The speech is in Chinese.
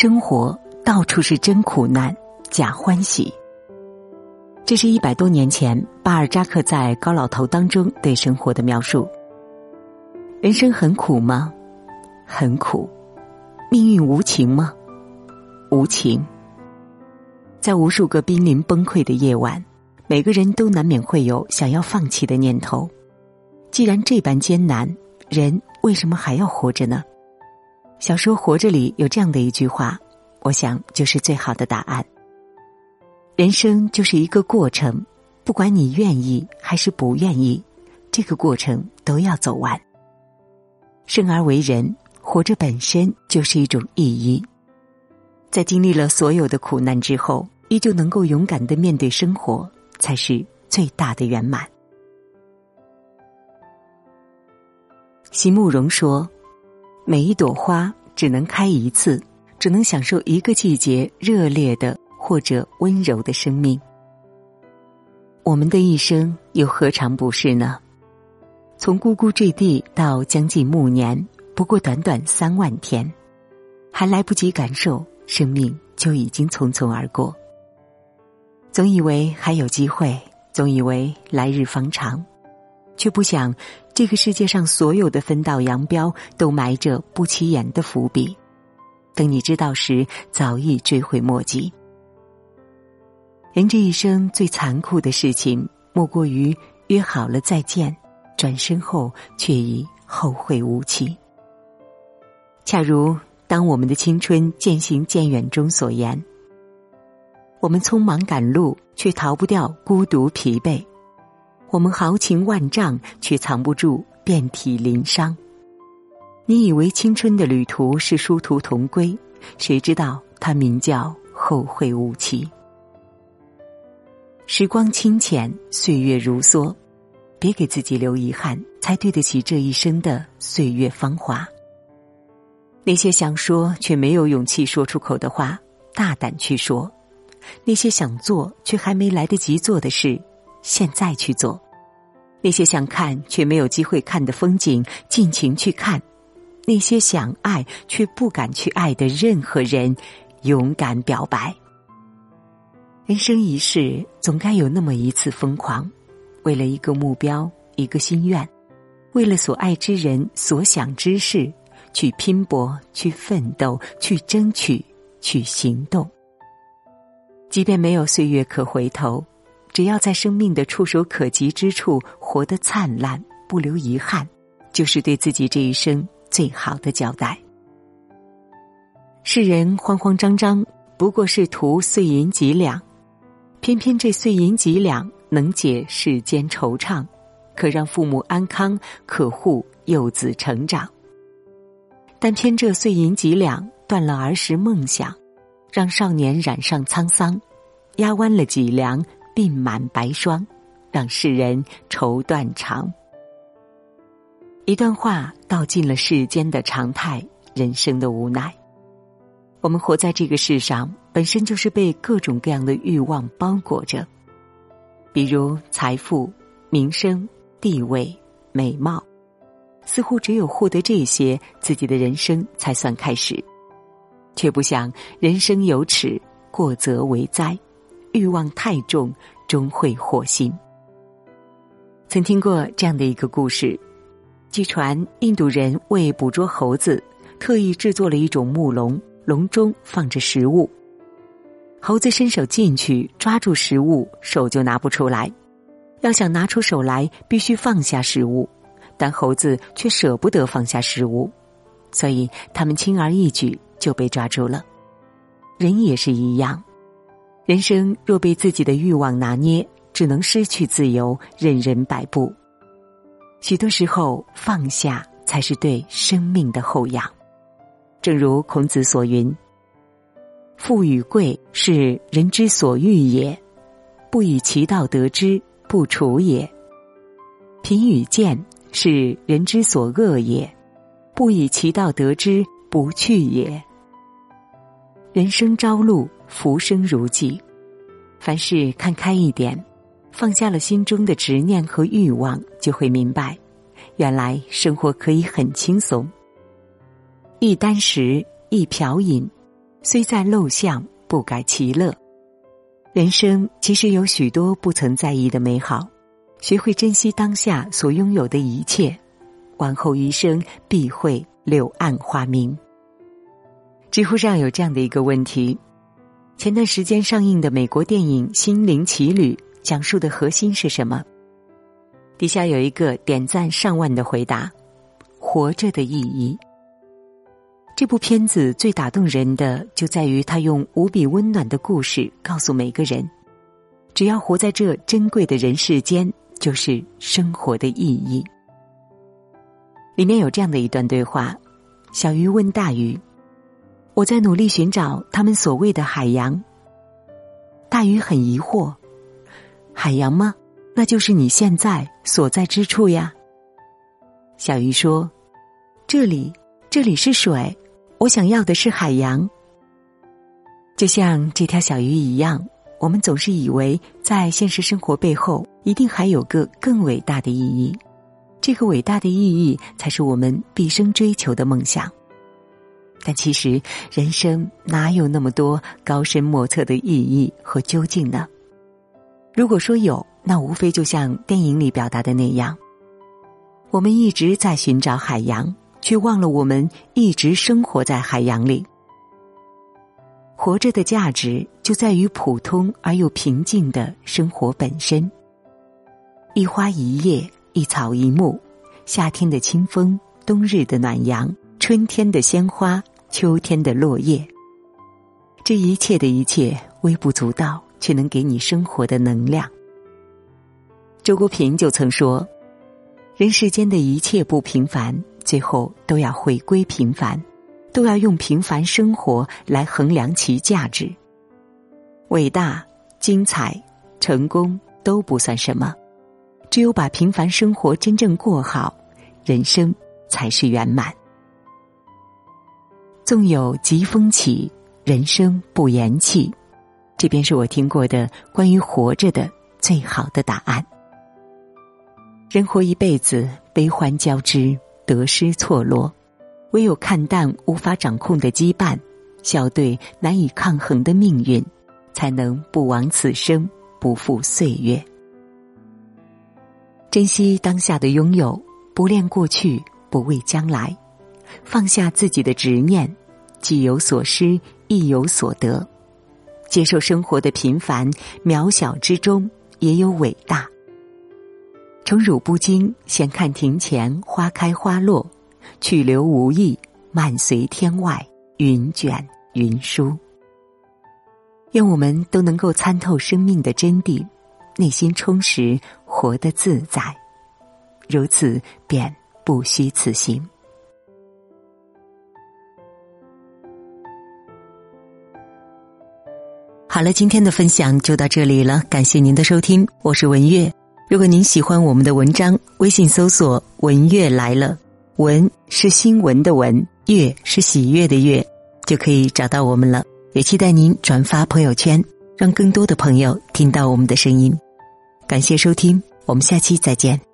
生活到处是真苦难，假欢喜。这是100多年前巴尔扎克在《高老头》当中对生活的描述。人生很苦吗？很苦。命运无情吗？无情。在无数个濒临崩溃的夜晚，每个人都难免会有想要放弃的念头。既然这般艰难，人为什么还要活着呢？小说《活着》里有这样的一句话，我想就是最好的答案。人生就是一个过程，不管你愿意还是不愿意，这个过程都要走完。生而为人，活着本身就是一种意义。在经历了所有的苦难之后，依旧能够勇敢地面对生活，才是最大的圆满。席慕容说，每一朵花只能开一次，只能享受一个季节热烈的或者温柔的生命。我们的一生又何尝不是呢？从呱呱坠地到将近暮年，不过短短3万天，还来不及感受，生命就已经匆匆而过。总以为还有机会，总以为来日方长，却不想这个世界上所有的分道扬镳都埋着不起眼的伏笔，等你知道时，早已追悔莫及。人这一生最残酷的事情，莫过于约好了再见，转身后却已后会无期。恰如当我们的青春渐行渐远中所言，我们匆忙赶路，却逃不掉孤独疲惫；我们豪情万丈，却藏不住遍体鳞伤。你以为青春的旅途是殊途同归，谁知道它名叫后会无期。时光清浅，岁月如梭，别给自己留遗憾，才对得起这一生的岁月芳华。那些想说却没有勇气说出口的话，大胆去说；那些想做却还没来得及做的事，现在去做；那些想看却没有机会看的风景，尽情去看；那些想爱却不敢去爱的任何人，勇敢表白。人生一世，总该有那么一次疯狂，为了一个目标，一个心愿，为了所爱之人，所想之事，去拼搏，去奋斗，去争取，去行动。即便没有岁月可回头，只要在生命的触手可及之处活得灿烂，不留遗憾，就是对自己这一生最好的交代。世人慌慌张张，不过是图碎银几两，偏偏这碎银几两能解世间惆怅，可让父母安康，可护幼子成长。但偏这碎银几两断了儿时梦想，让少年染上沧桑，压弯了脊梁，鬓满白霜，让世人愁断肠。一段话道尽了世间的常态，人生的无奈。我们活在这个世上，本身就是被各种各样的欲望包裹着，比如财富、名声、地位、美貌，似乎只有获得这些，自己的人生才算开始。却不想人生有尺，过则为灾，欲望太重，终会祸心。曾听过这样的一个故事，据传印度人为捕捉猴子，特意制作了一种木笼，笼中放着食物。猴子伸手进去抓住食物，手就拿不出来，要想拿出手来，必须放下食物，但猴子却舍不得放下食物，所以他们轻而易举就被抓住了。人也是一样，人生若被自己的欲望拿捏，只能失去自由，任人摆布。许多时候，放下才是对生命的厚养。正如孔子所云，富与贵是人之所欲也，不以其道得之，不处也。贫与贱是人之所恶也，不以其道得之，不去也。人生朝露，浮生如寄，凡事看开一点，放下了心中的执念和欲望，就会明白，原来生活可以很轻松。一箪食，一瓢饮， 虽在陋巷，不改其乐。人生其实有许多不曾在意的美好，学会珍惜当下所拥有的一切，往后余生必会柳暗花明。知乎上有这样的一个问题，前段时间上映的美国电影《心灵奇旅》讲述的核心是什么？底下有一个点赞上万的回答：活着的意义。这部片子最打动人的就在于它用无比温暖的故事告诉每个人，只要活在这珍贵的人世间，就是生活的意义。里面有这样的一段对话，小鱼问大鱼：我在努力寻找他们所谓的海洋。大鱼很疑惑：海洋吗？那就是你现在所在之处呀。小鱼说：这里是水，我想要的是海洋。就像这条小鱼一样，我们总是以为在现实生活背后一定还有个更伟大的意义，这个伟大的意义才是我们毕生追求的梦想。但其实人生哪有那么多高深莫测的意义和究竟呢？如果说有，那无非就像电影里表达的那样，我们一直在寻找海洋，却忘了我们一直生活在海洋里。活着的价值就在于普通而又平静的生活本身。一花一叶，一草一木，夏天的清风，冬日的暖阳，春天的鲜花，秋天的落叶，这一切的一切微不足道，却能给你生活的能量。周国平就曾说，人世间的一切不平凡，最后都要回归平凡，都要用平凡生活来衡量其价值。伟大、精彩、成功都不算什么，只有把平凡生活真正过好，人生才是圆满。纵有疾风起，人生不言弃，这便是我听过的关于活着的最好的答案。人活一辈子，悲欢交织，得失错落，唯有看淡无法掌控的羁绊，笑对难以抗衡的命运，才能不枉此生，不负岁月。珍惜当下的拥有，不恋过去，不畏将来，放下自己的执念，既有所失，亦有所得，接受生活的平凡渺小之中也有伟大。宠辱不惊，闲看庭前花开花落，去留无意，漫随天外，云卷云舒。愿我们都能够参透生命的真谛，内心充实，活得自在，如此便不虚此行。好了，今天的分享就到这里了，感谢您的收听，我是文月。如果您喜欢我们的文章，微信搜索文月来了，文是新闻的文，月是喜悦的月，就可以找到我们了。也期待您转发朋友圈，让更多的朋友听到我们的声音。感谢收听，我们下期再见。